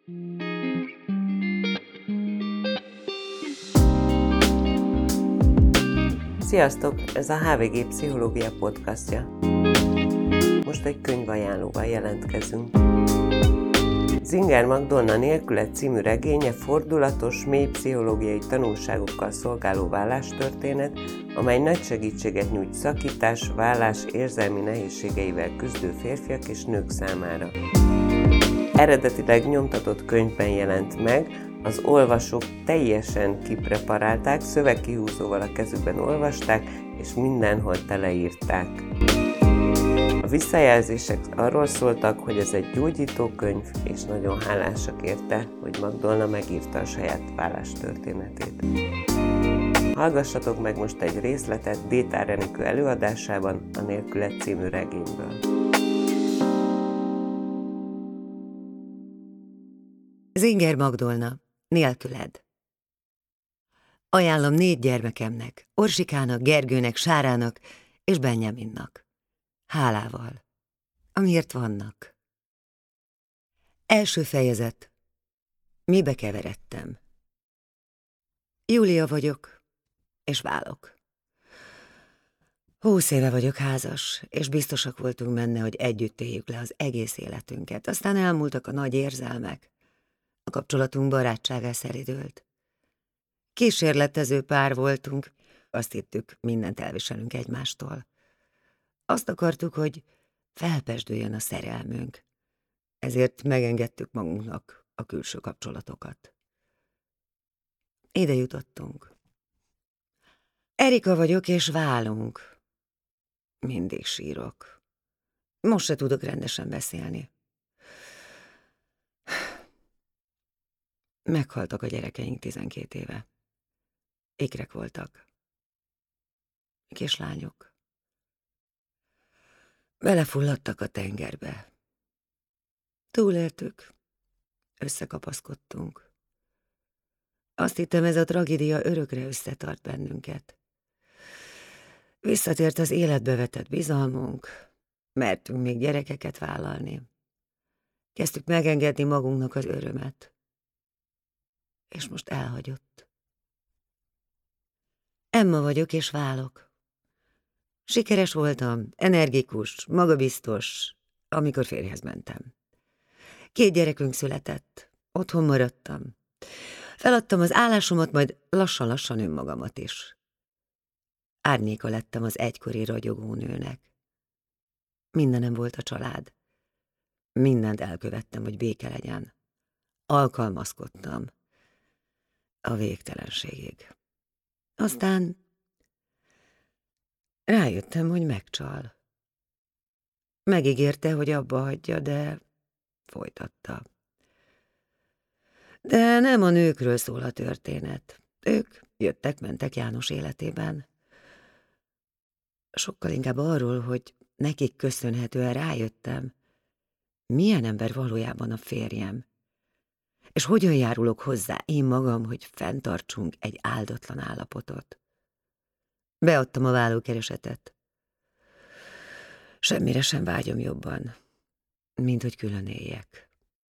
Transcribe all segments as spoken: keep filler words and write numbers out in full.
Sziasztok! Ez a há vé gé Pszichológia podcastja. Most egy könyvajánlóval jelentkezünk. Zinger Magdolna Nélküled című regénye fordulatos, mély pszichológiai tanulságokkal szolgáló vállásstörténet, amely nagy segítséget nyújt szakítás, vállás érzelmi nehézségeivel küzdő férfiak és nők számára. Eredetileg nyomtatott könyvben jelent meg, az olvasók teljesen kipreparálták, szövegkihúzóval a kezükben olvasták, és mindenhol teleírták. A visszajelzések arról szóltak, hogy ez egy gyógyító könyv, és nagyon hálásak érte, hogy Magdolna megírta a saját vállástörténetét. Hallgassatok meg most egy részletet Détár Enikő előadásában a Nélküled című regényből. Zinger Magdolna Nélküled. Ajánlom négy gyermekemnek, Orsikának, Gergőnek, Sárának és Benjaminnak. Hálával, amiért vannak. Első fejezet. Mibe keveredtem? Júlia vagyok, és válok. Húsz éve vagyok házas, és biztosak voltunk benne, hogy együtt éljük le az egész életünket. Aztán elmúltak a nagy érzelmek. A kapcsolatunk barátságá szelidült. Kísérletező pár voltunk, azt hittük, mindent elviselünk egymástól. Azt akartuk, hogy felpezsdüljön a szerelmünk, ezért megengedtük magunknak a külső kapcsolatokat. Ide jutottunk. Erika vagyok, és válunk. Mindig sírok. Most se tudok rendesen beszélni. Meghaltak a gyerekeink tizenkét éve. Ikrek voltak. Kislányok. Belefulladtak a tengerbe. Túléltük. Összekapaszkodtunk. Azt hittem, ez a tragédia örökre összetart bennünket. Visszatért az életbe vetett bizalmunk, mertünk még gyerekeket vállalni. Kezdtük megengedni magunknak az örömet. És most elhagyott. Emma vagyok, és válok. Sikeres voltam, energikus, magabiztos, amikor férjhez mentem. Két gyerekünk született, otthon maradtam. Feladtam az állásomat, majd lassan-lassan önmagamat is. Árnyéka lettem az egykori ragyogó nőnek. Mindenem volt a család. Mindent elkövettem, hogy béke legyen. Alkalmazkodtam. A végtelenségig. Aztán rájöttem, hogy megcsal. Megígérte, hogy abba hagyja, de folytatta. De nem a nőkről szól a történet. Ők jöttek-mentek János életében. Sokkal inkább arról, hogy nekik köszönhetően rájöttem, milyen ember valójában a férjem, és hogyan járulok hozzá én magam, hogy fenntartsunk egy áldatlan állapotot. Beadtam a vállókeresetet. Semmire sem vágyom jobban, mint hogy külön éljek.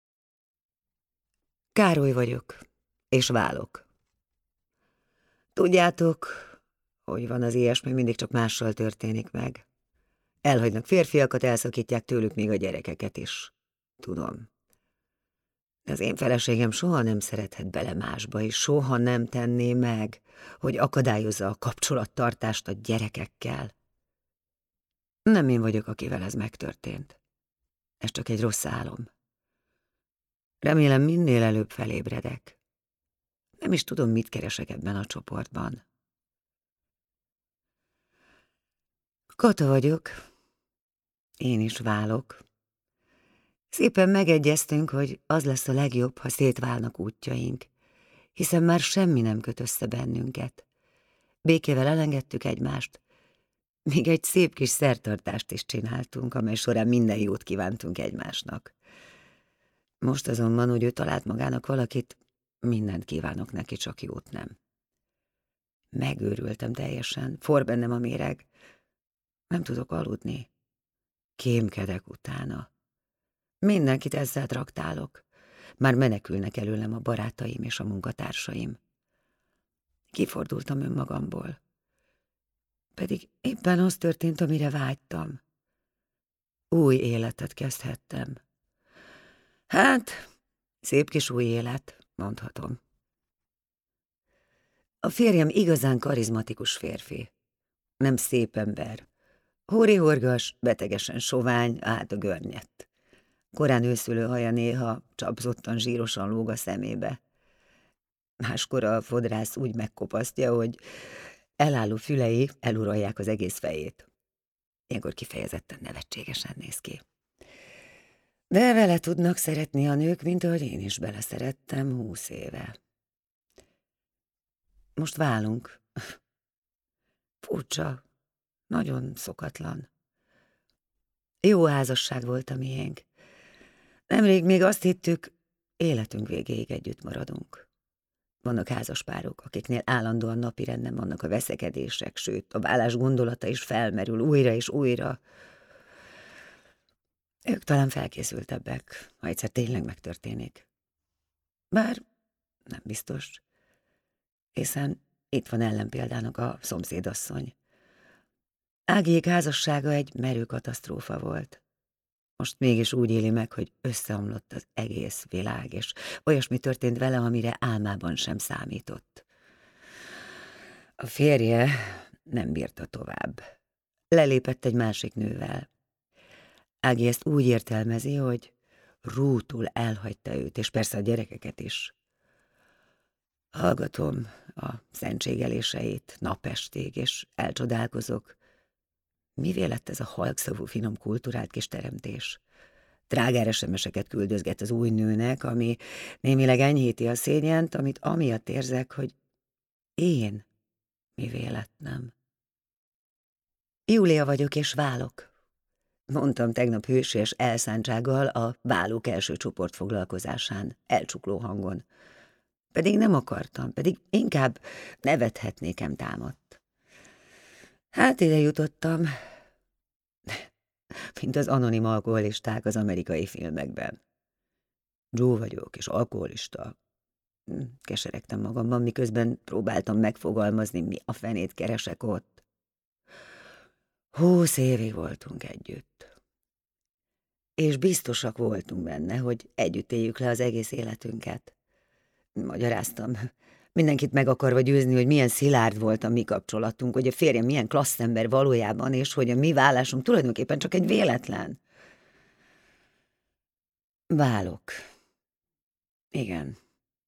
Károly vagyok, és válok. Tudjátok, hogy van az ilyesmi, mindig csak mással történik meg. Elhagynak férfiakat, elszakítják tőlük még a gyerekeket is. Tudom. De az én feleségem soha nem szerethet bele másba, és soha nem tenné meg, hogy akadályozza a kapcsolattartást a gyerekekkel. Nem én vagyok, akivel ez megtörtént. Ez csak egy rossz álom. Remélem, minél előbb felébredek. Nem is tudom, mit keresek ebben a csoportban. Kata vagyok. Én is válok. Szépen megegyeztünk, hogy az lesz a legjobb, ha szétválnak útjaink, hiszen már semmi nem köt össze bennünket. Békével elengedtük egymást, még egy szép kis szertartást is csináltunk, amely során minden jót kívántunk egymásnak. Most azonban, hogy ő talált magának valakit, mindent kívánok neki, csak jót nem. Megőrültem teljesen, forr bennem a méreg. Nem tudok aludni. Kémkedek utána. Mindenkit ezzel traktálok. Már menekülnek előlem a barátaim és a munkatársaim. Kifordultam önmagamból. Pedig éppen az történt, amire vágytam. Új életet kezdhettem. Hát, szép kis új élet, mondhatom. A férjem igazán karizmatikus férfi. Nem szép ember. Hóri-horgas, betegesen sovány, át a görnyett. Korán őszülő haja néha csapzottan zsírosan lóg a szemébe. Máskor a fodrász úgy megkopasztja, hogy elálló fülei eluralják az egész fejét. Ilyenkor kifejezetten nevetségesen néz ki. De vele tudnak szeretni a nők, mint ahogy én is beleszerettem húsz éve. Most válunk. Furcsa, nagyon szokatlan. Jó házasság volt a miénk. Nemrég még azt hittük, életünk végéig együtt maradunk. Vannak házaspárok, akiknél állandóan napirenden vannak a veszekedések, sőt, a vállás gondolata is felmerül újra és újra. Ők talán felkészültebbek, ha egyszer tényleg megtörténik. Bár nem biztos, hiszen itt van ellenpéldának a szomszédasszony. Ágiék házassága egy merő katasztrófa volt. Most mégis úgy éli meg, hogy összeomlott az egész világ, és olyasmi történt vele, amire álmában sem számított. A férje nem bírta tovább. Lelépett egy másik nővel. Ági ezt úgy értelmezi, hogy rútul elhagyta őt, és persze a gyerekeket is. Hallgatom a szentségeléseit napestig, és elcsodálkozok. Mivé lett ez a halkszavú, finom kultúrált kis teremtés? Drágár es em es-eket küldözget az új nőnek, ami némileg enyhíti a szégyent, amit amiatt érzek, hogy én mivé lettem. Júlia vagyok, és válok. Mondtam tegnap hősies elszántsággal a válók első csoportfoglalkozásán, elcsukló hangon. Pedig nem akartam, pedig inkább nevethetnékem támadt. Hát ide jutottam, mint az anonim alkoholisták az amerikai filmekben. Joe vagyok, és alkoholista. Keseregtem magamban, miközben próbáltam megfogalmazni, mi a fenét keresek ott. Húsz évig voltunk együtt. És biztosak voltunk benne, hogy együtt éljük le az egész életünket. Magyaráztam, mindenkit meg akarva győzni, hogy milyen szilárd volt a mi kapcsolatunk, hogy a férjem milyen klassz ember valójában, és hogy a mi válásunk tulajdonképpen csak egy véletlen. Válok. Igen.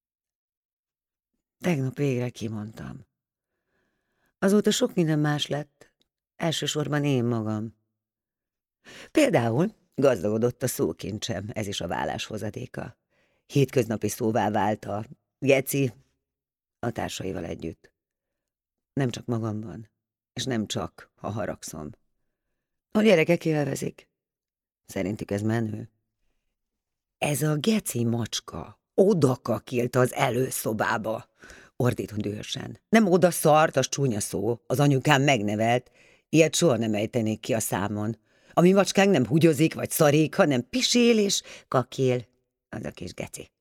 Tegnap végre kimondtam. Azóta sok minden más lett, elsősorban én magam. Például gazdagodott a szókincsem, ez is a válás hozadéka. Hétköznapi szóvá vált a geci a társaival együtt. Nem csak magamban, és nem csak, ha haragszom. A gyerekek élvezik. Szerintük ez menő. Ez a geci macska odakakilt az előszobába, ordítom dühösen. Nem oda szart, az csúnya szó, az anyukám megnevelt, ilyet soha nem ejtenék ki a számon. A mi macskánk nem húgyozik vagy szarik, hanem pisél és kakil. Az a kis geci.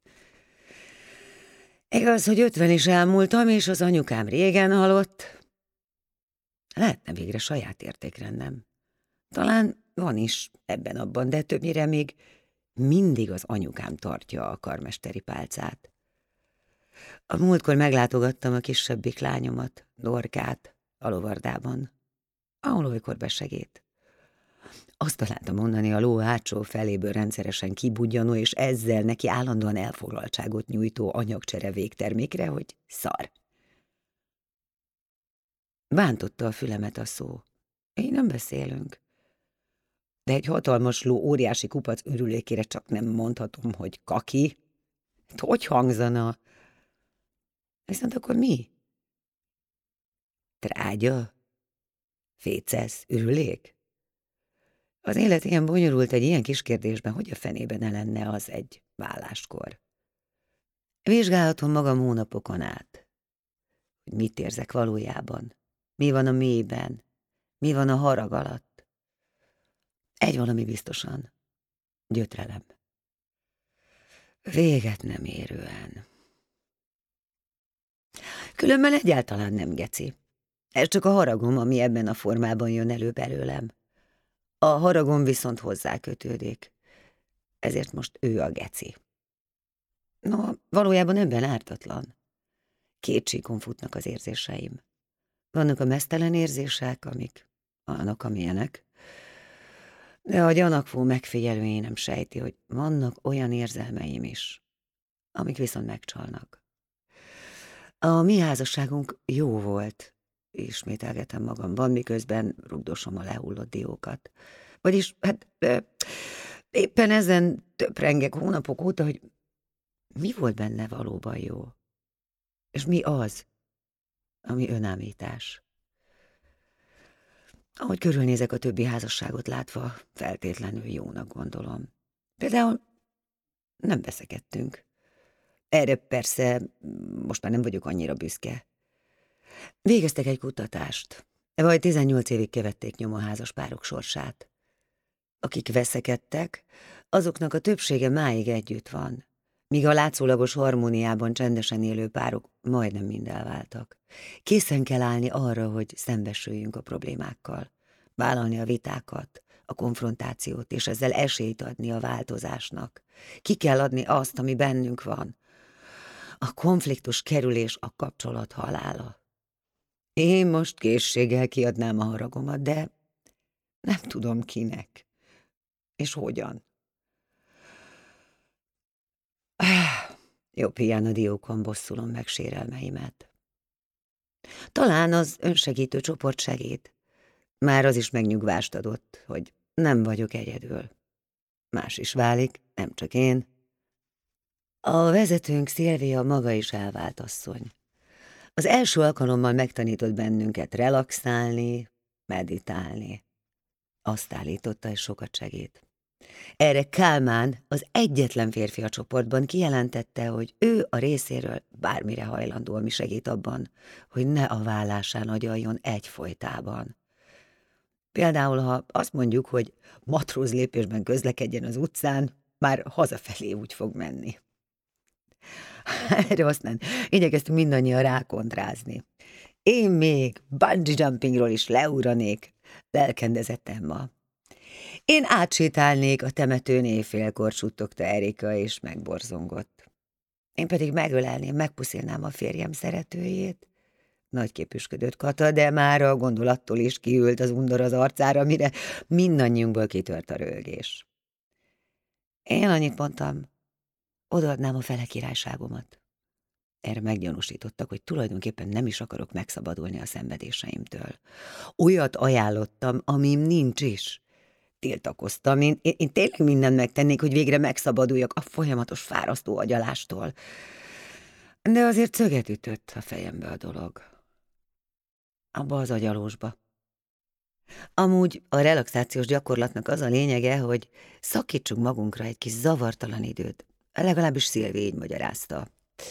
Igaz, hogy ötven is elmúltam, és az anyukám régen halott. Lehetne végre saját értékrendem. Talán van is ebben-abban, de többnyire még mindig az anyukám tartja a karmesteri pálcát. A múltkor meglátogattam a kisebbik lányomat, Dorkát, a lovardában, ahol olykor besegít. Azt találtam mondani a ló hátsó feléből rendszeresen kibudjanó, és ezzel neki állandóan elfoglaltságot nyújtó anyagcsere végtermékre, hogy szar. Bántotta a fülemet a szó. Így nem beszélünk. De egy hatalmas ló óriási kupac ürülékére csak nem mondhatom, hogy kaki. Hogy hangzana? Viszont akkor mi? Trágya? Fécesz? Ürülék? Az élet ilyen bonyolult egy ilyen kis kérdésben, hogy a fenében ne lenne az egy válláskor. Vizsgálhatom magam hónapokon át, hogy mit érzek valójában, mi van a mélyben, mi van a harag alatt. Egy valami biztosan, gyötrelem. Véget nem érően. Különben egyáltalán nem geci. Ez csak a haragom, ami ebben a formában jön elő belőlem. A haragom viszont hozzá kötődik. Ezért most ő a geci. No, valójában ebben ártatlan. Két síkon futnak az érzéseim. Vannak a meztelen érzések, amik annak, amilyenek, de a gyanakvó megfigyelő nem sejti, hogy vannak olyan érzelmeim is, amik viszont megcsalnak. A mi házasságunk jó volt, ismételgetem magamban, miközben rugdosom a lehullott diókat. Vagyis, hát éppen ezen töprengek hónapok óta, hogy mi volt benne valóban jó, és mi az, ami önállítás. Ahogy körülnézek a többi házasságot látva, feltétlenül jónak gondolom. Például nem veszekedtünk. Erre persze most már nem vagyok annyira büszke. Végeztek egy kutatást. Vagy tizennyolc évig követték nyomon házas párok sorsát. Akik veszekedtek, azoknak a többsége máig együtt van, míg a látszólagos harmóniában csendesen élő párok majdnem mind elváltak. Készen kell állni arra, hogy szembesüljünk a problémákkal, vállalni a vitákat, a konfrontációt, és ezzel esélyt adni a változásnak. Ki kell adni azt, ami bennünk van. A konfliktus kerülés a kapcsolat halála. Én most készséggel kiadnám a haragomat, de nem tudom kinek, és hogyan. Jobb hiány a diókon bosszulom meg sérelmeimet. Talán az önsegítő csoport segít. Már az is megnyugvást adott, hogy nem vagyok egyedül. Más is válik, nem csak én. A vezetőnk Szilvia maga is elvált asszony. Az első alkalommal megtanított bennünket relaxálni, meditálni. Azt állította, és sokat segít. Erre Kálmán, az egyetlen férfi a csoportban kijelentette, hogy ő a részéről bármire hajlandó, ami segít abban, hogy ne a vállásán agyaljon egyfolytában. Például, ha azt mondjuk, hogy matróz lépésben közlekedjen az utcán, már hazafelé úgy fog menni. Erre aztán igyekeztünk mindannyian rákontrázni. Én még bungee jumpingról is leugranék, lelkendezett Emma. Én átsétálnék a temetőn éjfélkor, suttogta Erika, és megborzongott. Én pedig megölelném, megpuszilnám a férjem szeretőjét. Nagyképűsködött Kata, de már a gondolattól is kiült az undor az arcára, mire mindannyiunkból kitört a röhögés. Én annyit mondtam, odaadnám a fele királyságomat. Erre meggyanúsítottak, hogy tulajdonképpen nem is akarok megszabadulni a szenvedéseimtől. Olyat ajánlottam, amim nincs is. Tiltakoztam, én, én, én tényleg mindent megtennék, hogy végre megszabaduljak a folyamatos fárasztó agyalástól. De azért szöget ütött a fejembe a dolog. Abba az agyalósba. Amúgy a relaxációs gyakorlatnak az a lényege, hogy szakítsuk magunkra egy kis zavartalan időt. Legalábbis Szilvi így magyarázta.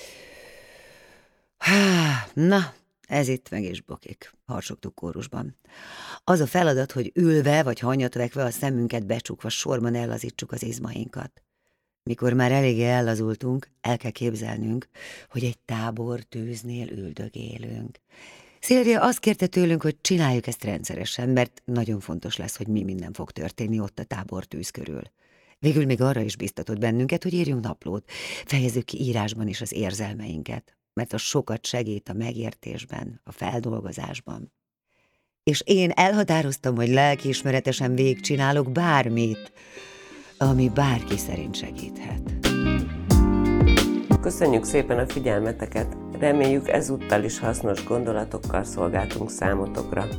Há, na, ez itt meg is bokik, harsogtuk kórusban. Az a feladat, hogy ülve vagy hanyatvekve a szemünket becsukva sorban ellazítsuk az izmainkat. Mikor már eléggé ellazultunk, el kell képzelnünk, hogy egy tábor tűznél üldögélünk. Szilvia azt kérte tőlünk, hogy csináljuk ezt rendszeresen, mert nagyon fontos lesz, hogy mi minden fog történni ott a tábor tűz körül. Végül még arra is biztatott bennünket, hogy írjunk naplót, fejezzük ki írásban is az érzelmeinket, mert az sokat segít a megértésben, a feldolgozásban. És én elhatároztam, hogy lelkiismeretesen végigcsinálok bármit, ami bárki szerint segíthet. Köszönjük szépen a figyelmeteket, reméljük ezúttal is hasznos gondolatokkal szolgáltunk számotokra.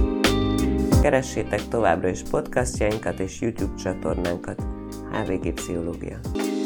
Keressétek továbbra is podcastjainkat és YouTube csatornánkat, há vé gé Pszichológia.